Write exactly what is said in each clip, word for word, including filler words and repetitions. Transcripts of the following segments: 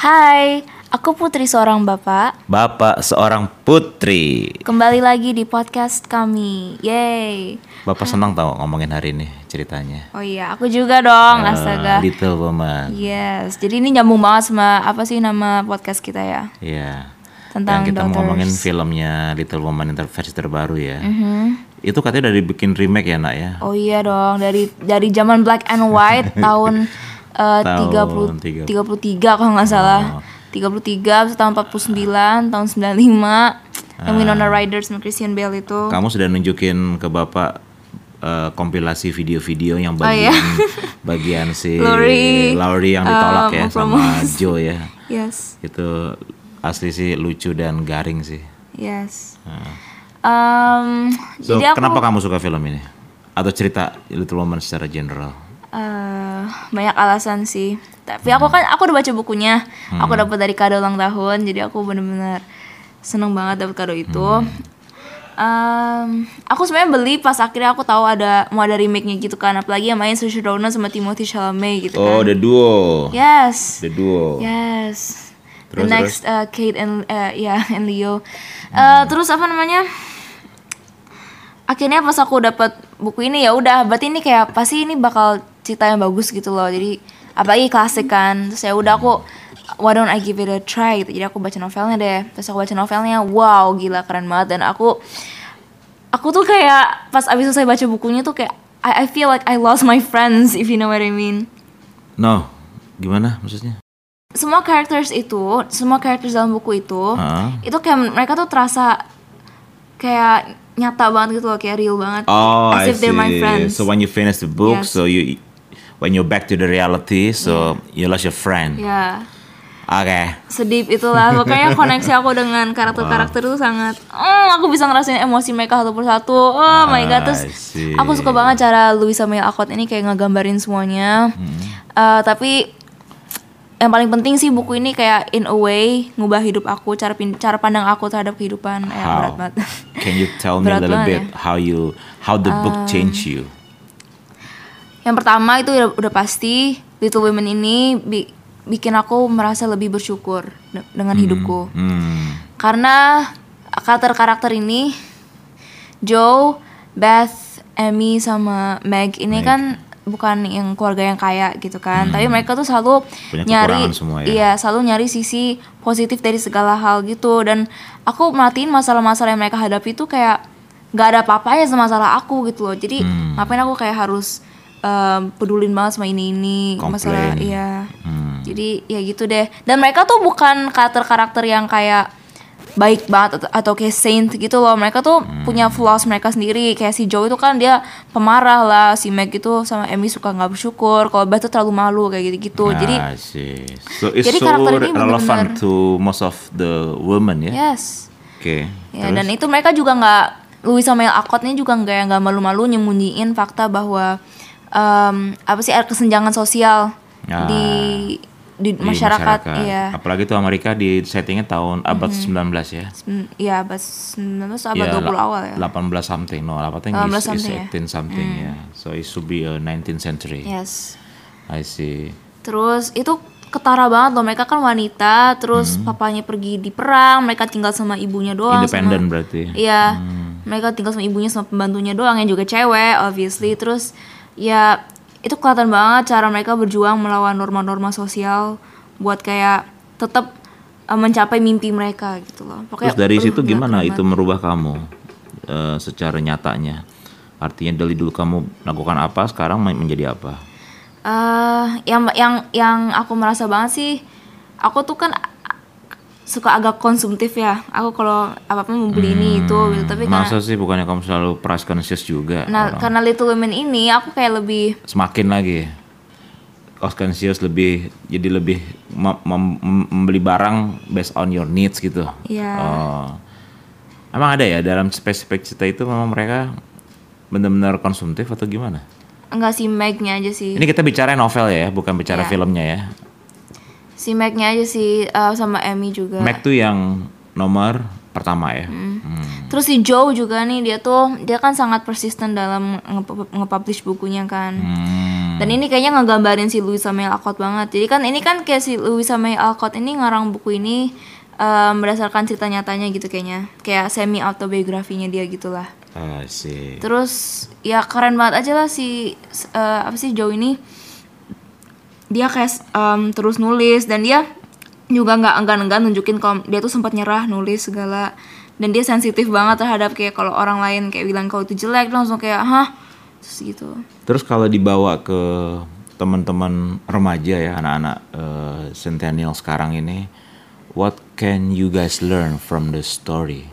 Hai, aku Putri seorang bapak. Bapak seorang putri. Kembali lagi di podcast kami. Yeay. Bapak senang tahu ngomongin hari ini ceritanya. Oh iya, aku juga dong, Eh, astaga. Little Woman. Yes, jadi ini nyambung banget sama apa sih nama podcast kita ya? Iya. Tentang Dan kita mau ngomongin daughters. filmnya Little Woman yang ter- versi terbaru ya. Itu katanya udah dibikin remake ya nak ya. Oh iya dong, dari dari zaman black and white tahun eh, Tahun tiga puluh tiga- tiga puluh tiga kalau nggak salah. Oh. tiga puluh tiga, terus tahun empat puluh sembilan, tahun sembilan puluh lima. Yang Winona Ryder sama Christian Bale itu. Kamu sudah nunjukin ke bapak eh, kompilasi video-video yang Oh, bagian iya. bagian si Laurie, Laurie yang ditolak um, ya sama promosi. Joe ya. Yes, Itu asli sih lucu dan garing sih. yes. Nah. Um, So, jadi aku kenapa kamu suka film ini? Atau cerita Little Woman secara general? eh, banyak alasan sih. Tapi aku kan aku udah baca bukunya. Aku dapat dari kado ulang tahun. Jadi aku bener-bener seneng banget dapat kado itu. Um, aku sebenarnya beli pas akhirnya aku tahu ada mau ada remake-nya gitu kan. Apalagi yang main Saoirse Ronan sama Timothée Chalamet gitu Oh, kan. the duo. Yes. The duo. Yes. The Terus, next uh, Kate and uh, ya and Leo. Uh, terus apa namanya? Akhirnya pas aku dapat buku ini ya udah, berarti ini kayak pasti ini bakal cerita yang bagus gitu loh. Jadi apalagi klasik kan. Terus ya udah aku why don't I give it a try gitu. Jadi aku baca novelnya deh. Terus aku baca novelnya, wow gila keren banget. Dan aku aku tuh kayak pas abis selesai baca bukunya tuh kayak I, I feel like I lost my friends if you know what I mean. No, gimana maksudnya? Semua characters itu, semua characters dalam buku itu, Hah? itu kayak mereka tuh terasa kayak nyata banget gitu loh, kayak real banget. Oh, As I if they're my see. friends. So when you finish the book, Yes. so you when you're back to the reality, so you lost your friend. Ya, Oke. sedip itulah. Makanya koneksi aku dengan karakter-karakter itu sangat, mm, aku bisa ngerasain emosi mereka satu persatu. Oh my god, terus I see. aku suka banget cara Louisa May Alcott ini kayak ngegambarin semuanya. Eh, tapi yang paling penting sih buku ini kayak in a way ngubah hidup aku, cara pin- cara pandang aku terhadap kehidupan. Ya, How? berat banget. Can you tell me a Berat little banget bit ya. how you how the book changed you? Yang pertama itu udah, udah pasti Little Women ini bi- bikin aku merasa lebih bersyukur de- dengan hidupku. Hmm. Karena karakter-karakter ini Joe, Beth, Amy sama Meg ini Meg. kan bukan yang keluarga yang kaya gitu kan. Tapi mereka tuh selalu Punya nyari kekurangan semua ya. iya, selalu nyari sisi positif dari segala hal gitu. Dan aku merhatiin masalah-masalah yang mereka hadapi itu kayak gak ada apa-apanya sama masalah aku gitu loh. Jadi Hmm. ngapain aku kayak harus em, pedulin banget sama ini-ini masalah Komplain. iya. Hmm. Jadi ya gitu deh. Dan mereka tuh bukan karakter-karakter yang kayak baik banget atau, atau kayak saint gitu loh. Mereka tuh punya flaws mereka sendiri. Kayak si Joe itu kan dia pemarah lah. Si Meg itu sama Amy suka nggak bersyukur. Kalau Beth tuh terlalu malu kayak gitu-gitu. Jadi I see. So it's jadi so karakter ini relevant benar-benar- to most of the women ya. yes. Oke. Ya, Terus? dan itu mereka juga nggak, Louisa May Alcott ini juga nggak nggak malu-malu nyembunyiin fakta bahwa em, apa sih ada kesenjangan sosial Ah. di di, Di masyarakat, iya. Apalagi tuh Amerika di settingnya tahun abad sembilan belas ya. Hmm, iya abad sembilan belas abad Ya, dua puluh la- awal ya. delapan belas something. No, I think delapan belas is, is something ya. eighteen something ya. So it should be a nineteenth century. Yes. I see. Terus itu ketara banget loh, mereka kan wanita, terus papanya pergi di perang, mereka tinggal sama ibunya doang. Independen sama- berarti. Iya, mereka tinggal sama ibunya sama pembantunya doang yang juga cewek, obviously. Terus ya itu kelihatan banget cara mereka berjuang melawan norma-norma sosial buat kayak tetap uh, mencapai mimpi mereka gitu loh. Pokoknya, Terus dari aduh, situ gila, gimana keren itu banget. merubah kamu eh, secara nyatanya? Artinya dari dulu kamu melakukan apa, sekarang men- menjadi apa? Eh, yang yang yang aku merasa banget sih, aku tuh kan a- suka agak konsumtif ya. Aku kalau apa-apa membeli ini itu gitu. Tapi karena, Masa sih bukannya kamu selalu price conscious juga? nah, orang? karena Little Women ini aku kayak lebih Semakin lagi cost conscious, lebih jadi lebih mem- mem- mem- membeli barang based on your needs gitu. Iya. Oh. Emang ada ya dalam spesifik cerita itu memang mereka benar-benar konsumtif atau gimana? enggak si Meg-nya aja sih. Ini kita bicara novel ya, bukan bicara Iya. filmnya ya. Si Meg-nya aja sih uh, sama Amy juga. Meg tuh yang nomor pertama ya. Hmm. Terus si Joe juga nih, dia tuh dia kan sangat persisten dalam nge- nge-publish bukunya kan. Hmm. Dan ini kayaknya ngegambarin si Louisa May Alcott banget. Jadi kan ini kan kayak si Louisa May Alcott ini ngarang buku ini um, berdasarkan cerita nyatanya gitu kayaknya. Kayak semi autobiografinya dia gitulah. I see. Terus ya keren banget aja lah si uh, apa sih Joe ini. Dia kayak um, terus nulis dan dia juga nggak enggan-enggan nunjukin kalau dia tuh sempat nyerah nulis segala, dan dia sensitif banget terhadap kayak kalau orang lain kayak bilang kalau itu jelek, dia langsung kayak hah terus gitu. Terus kalau dibawa ke teman-teman remaja ya, anak-anak uh, centennial sekarang ini, what can you guys learn from the story?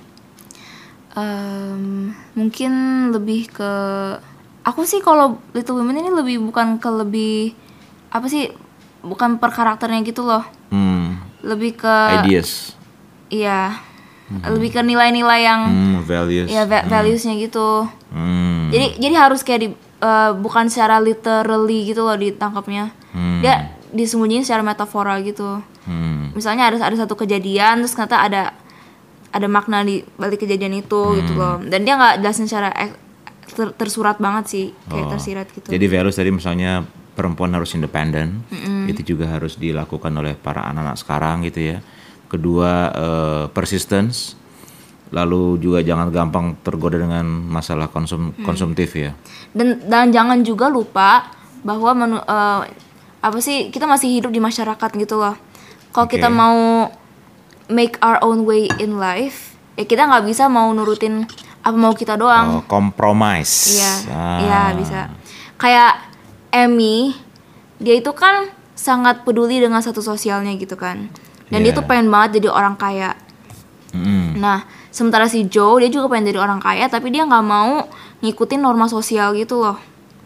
Um, mungkin lebih ke aku sih kalau Little Women ini lebih bukan ke lebih apa sih, bukan per karakternya gitu loh. Hmm. Lebih ke Ideas. Iya. Hmm. Lebih ke nilai-nilai yang hmm, values. Ya va- valuesnya gitu. Hmm. Jadi jadi harus kayak di uh, bukan secara literally gitu loh ditangkapnya. Hmm. Dia disembunyiin secara metafora gitu. Hmm. Misalnya ada ada satu kejadian terus ternyata ada ada makna di balik kejadian itu hmm. gitu loh. Dan dia nggak jelasin secara ter- tersurat banget sih, kayak oh. tersirat gitu. Jadi values tadi misalnya perempuan harus independen, mm-hmm. itu juga harus dilakukan oleh para anak-anak sekarang gitu ya. Kedua uh, persistence, lalu juga jangan gampang tergoda dengan masalah konsum mm. konsumtif ya. Dan dan jangan juga lupa bahwa menu, uh, apa sih, kita masih hidup di masyarakat gitu loh. Kalau okay. kita mau make our own way in life, ya kita nggak bisa mau nurutin apa mau kita doang. Oh, compromise. Iya, ah. iya bisa. Kayak Amy, dia itu kan sangat peduli dengan satu sosialnya gitu kan. Dan yeah. dia tuh pengen banget jadi orang kaya. Mm. Nah, sementara si Joe, dia juga pengen jadi orang kaya, tapi dia gak mau ngikutin norma sosial gitu loh.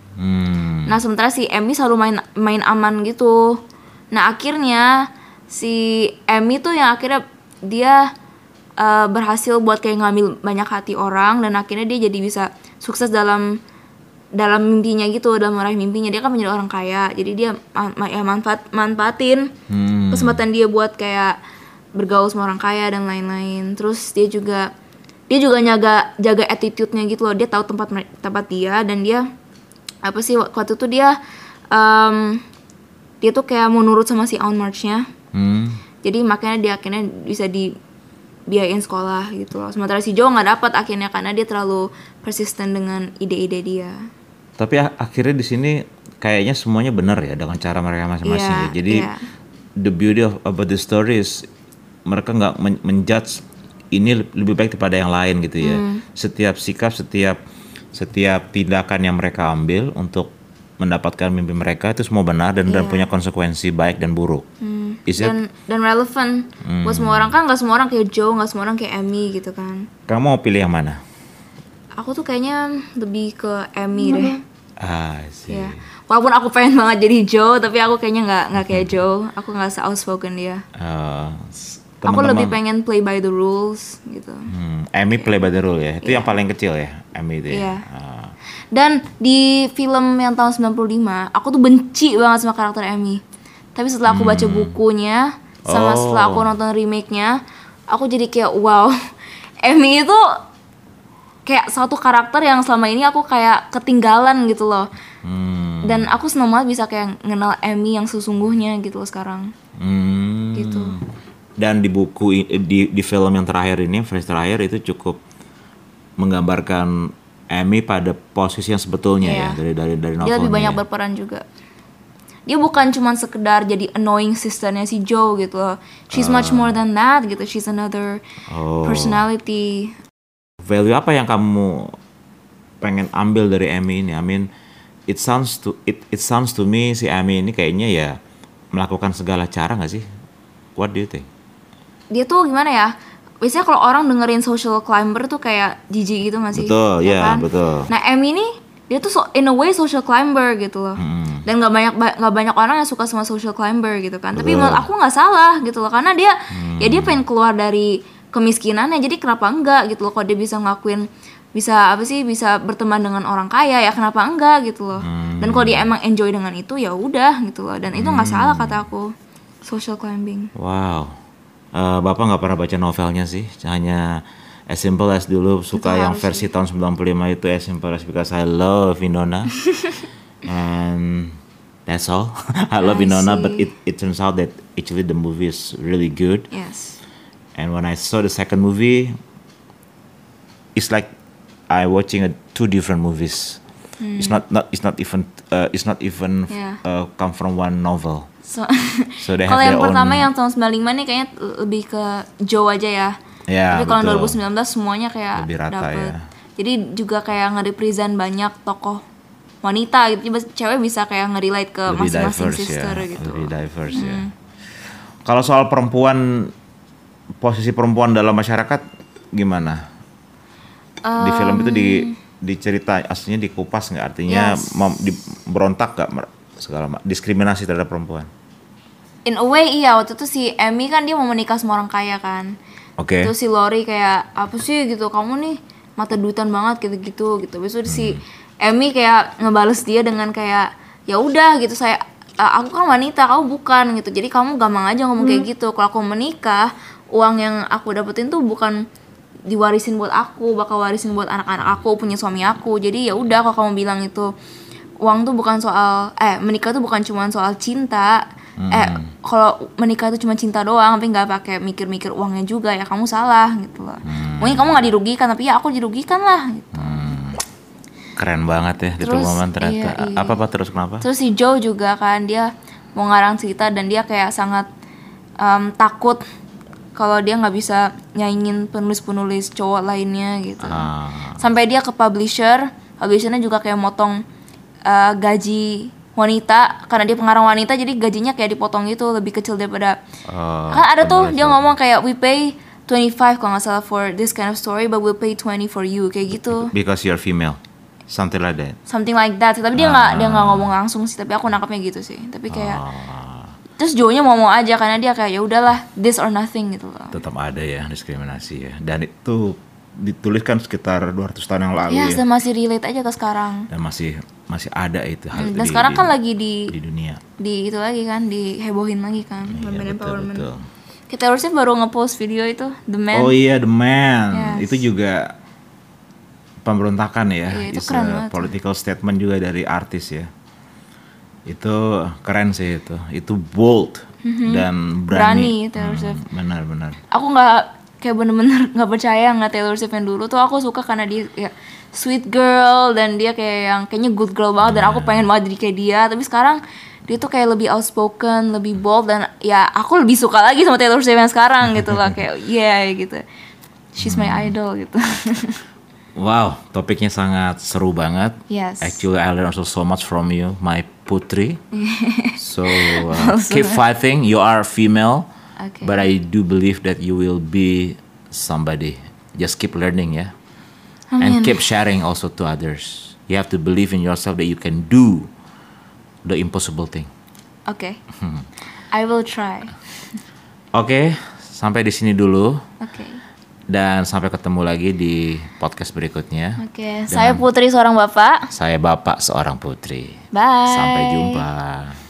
Mm. Nah, sementara si Amy selalu main main aman gitu. Nah, akhirnya si Amy tuh yang akhirnya dia uh, berhasil buat kayak ngambil banyak hati orang, dan akhirnya dia jadi bisa sukses dalam dalam mimpinya gitu, dalam meraih mimpinya. Dia kan menjadi orang kaya, jadi dia ma- ya manfaat manfaatin hmm. kesempatan dia buat kayak bergaul sama orang kaya dan lain-lain. Terus dia juga dia juga jaga jaga attitude-nya gitu loh. Dia tahu tempat tempat dia, dan dia apa sih waktu itu dia um, dia tuh kayak mau nurut sama si Aunt March-nya. Hmm. Jadi makanya dia akhirnya bisa dibiayain sekolah gitu loh. Sementara si Joe nggak dapat akhirnya karena dia terlalu persisten dengan ide-ide dia. Tapi akhirnya di sini kayaknya semuanya benar ya dengan cara mereka masing-masing. Yeah, ya. Jadi yeah. the beauty of about the story is mereka nggak men- menjudge ini lebih baik daripada yang lain gitu ya. Mm. Setiap sikap, setiap setiap tindakan yang mereka ambil untuk mendapatkan mimpi mereka itu semua benar dan, yeah. dan punya konsekuensi baik dan buruk. Mm. Dan dan relevan mm. buat semua orang kan. Nggak semua orang kayak Joe, nggak semua orang kayak Amy gitu kan. Kamu mau pilih yang mana? Aku tuh kayaknya lebih ke Amy deh. Ah, sih. Ya. Walaupun aku pengen banget jadi Joe, tapi aku kayaknya nggak nggak kayak Joe. Aku nggak se-outspoken dia. Uh, aku lebih pengen play by the rules gitu. Hmm, Amy play by the rule ya. Itu yeah. yang paling kecil ya, Amy itu. Yeah. Ya. Uh. Dan di film yang tahun sembilan puluh lima, aku tuh benci banget sama karakter Amy. Tapi setelah aku baca bukunya, sama oh. setelah aku nonton remake-nya, aku jadi kayak wow, Amy itu kayak satu karakter yang selama ini aku kayak ketinggalan gitu loh. Hmm. Dan aku seneng banget bisa kayak ngenal Amy yang sesungguhnya gitu loh sekarang. Hmm. Gitu. Dan di buku di di film yang terakhir ini, versi terakhir itu cukup menggambarkan Amy pada posisi yang sebetulnya yeah. ya dari dari dari novelnya. Dia lebih banyak berperan juga. Dia bukan cuma sekedar jadi annoying sisternya si Joe gitu loh. She's uh. much more than that gitu. She's another oh. personality. Value apa yang kamu pengen ambil dari Amy ini? I mean, it sounds to it it sounds to me si Amy ini kayaknya ya melakukan segala cara nggak sih? What do you think? Dia tuh gimana ya? Biasanya kalau orang dengerin social climber tuh kayak jijik gitu nggak sih? Betul, ya, ya kan? betul. Nah Amy ini dia tuh so, in a way social climber gitu loh. Hmm. Dan nggak banyak nggak banyak orang yang suka sama social climber gitu kan. Betul. Tapi menurut aku nggak salah gitu loh, karena dia hmm. ya dia pengen keluar dari kemiskinannya, jadi kenapa enggak gitu loh. Kalau dia bisa ngelakuin, bisa apa sih, bisa berteman dengan orang kaya, ya kenapa enggak gitu loh. hmm. Dan kalau dia emang enjoy dengan itu ya udah gitu loh, dan itu nggak hmm. salah kata aku. Social climbing. Wow, Uh, Bapak nggak pernah baca novelnya sih, hanya as simple as dulu suka Itu yang harus versi tahun sembilan puluh lima itu as simple as because I love Winona. And that's all. I love I Winona, see. but it, it turns out that actually the movie is really good. Yes. And when I saw the second movie, it's like I watching a, two different movies. Hmm. It's not not it's not even uh, it's not even Yeah. uh, come from one novel. So, So they have kalau yang their pertama own- yang tahun sembilan puluh lima nih kayaknya lebih ke Joe aja ya. Ya, Tapi kalau yang betul. dua ribu sembilan belas semuanya kayak Lebih rata, dapet. ya. Jadi juga kayak nge-represent banyak tokoh wanita gitu. Jadi cewek bisa kayak nge-relate ke Lebih masing-masing diverse sister ya, gitu. lebih diverse ya. Kalau soal perempuan, posisi perempuan dalam masyarakat gimana? Di film itu di dicerita aslinya dikupas nggak? Artinya Yes. mem, di, berontak nggak mer- segala ma- diskriminasi terhadap perempuan? In a way iya, waktu itu si Amy kan dia mau menikah sama orang kaya kan. Oke. Terus si Lori kayak apa sih gitu, kamu nih mata duitan banget gitu-gitu gitu. Habis itu si Amy kayak ngebales dia dengan kayak ya udah gitu, saya uh, aku kan wanita, kamu bukan gitu. Jadi kamu gampang aja ngomong kayak gitu. Kalau aku menikah, uang yang aku dapetin tuh bukan diwarisin buat aku, bakal warisin buat anak-anak aku, punya suami aku. Jadi ya udah, kalau kamu bilang itu uang tuh bukan soal eh menikah tuh bukan cuma soal cinta. Eh kalau menikah itu cuma cinta doang tapi nggak pakai mikir-mikir uangnya juga, ya kamu salah gitu loh. Mungkin kamu nggak dirugikan tapi ya aku dirugikan lah gitu. Hmm, keren banget ya di Terus, momen ternyata. iya, iya. Apa apa terus kenapa? Terus si Joe juga kan dia mau ngarang cerita dan dia kayak sangat um, takut kalau dia nggak bisa nyaingin penulis-penulis cowok lainnya gitu. Ah. Sampai dia ke publisher, publishernya juga kayak motong uh, gaji wanita karena dia pengarang wanita, jadi gajinya kayak dipotong gitu, lebih kecil daripada Oh, kan ada tuh penulis dia ya. ngomong kayak we pay twenty-five kalau nggak salah for this kind of story but we'll pay twenty for you kayak gitu. Because you're female, something like that. Something like that. Tapi dia nggak dia nggak ngomong langsung sih, tapi aku nangkapnya gitu sih. Tapi kayak Ah, terus Joe-nya mau mau aja karena dia kayak ya udahlah, this or nothing gitu loh. tetap ada ya diskriminasi ya. Dan itu dituliskan sekitar dua ratus tahun yang lalu Ya, ya. saya masih relate aja ke sekarang. Dan masih masih ada itu hal Hmm, itu dan di- sekarang di- kan lagi di di dunia. di itu lagi kan, dihebohin lagi kan, Iya, women betul, empowerment. betul. Kita harusnya baru nge-post video itu The Man. Oh iya, The Man. Yes. Itu juga pemberontakan ya. Iya, itu It's keren a banget. political statement juga dari artis ya. Itu keren sih itu. Itu bold dan Berani, berani. Taylor Swift. Hmm, benar-benar. Aku nggak kayak bener-bener nggak percaya nggak Taylor Swift yang dulu tuh aku suka karena dia kayak sweet girl dan dia kayak yang kayaknya good girl banget dan aku pengen banget jadi kayak dia. Tapi sekarang dia tuh kayak lebih outspoken, lebih bold dan ya aku lebih suka lagi sama Taylor Swift yang sekarang gitu lah, kayak yeah gitu. She's my idol gitu. Wow, topiknya sangat seru banget. Yes. Actually, I learned also so much from you, my putri. So uh, keep fighting. You are female, Okay. but I do believe that you will be somebody. Just keep learning, yeah, and keep sharing also to others. You have to believe in yourself that you can do the impossible thing. Oke. I will try. Oke, sampai di sini dulu. Oke. Dan sampai ketemu lagi di podcast berikutnya. Oke, saya Putri seorang bapak. Saya Bapak seorang putri. Bye. Sampai jumpa.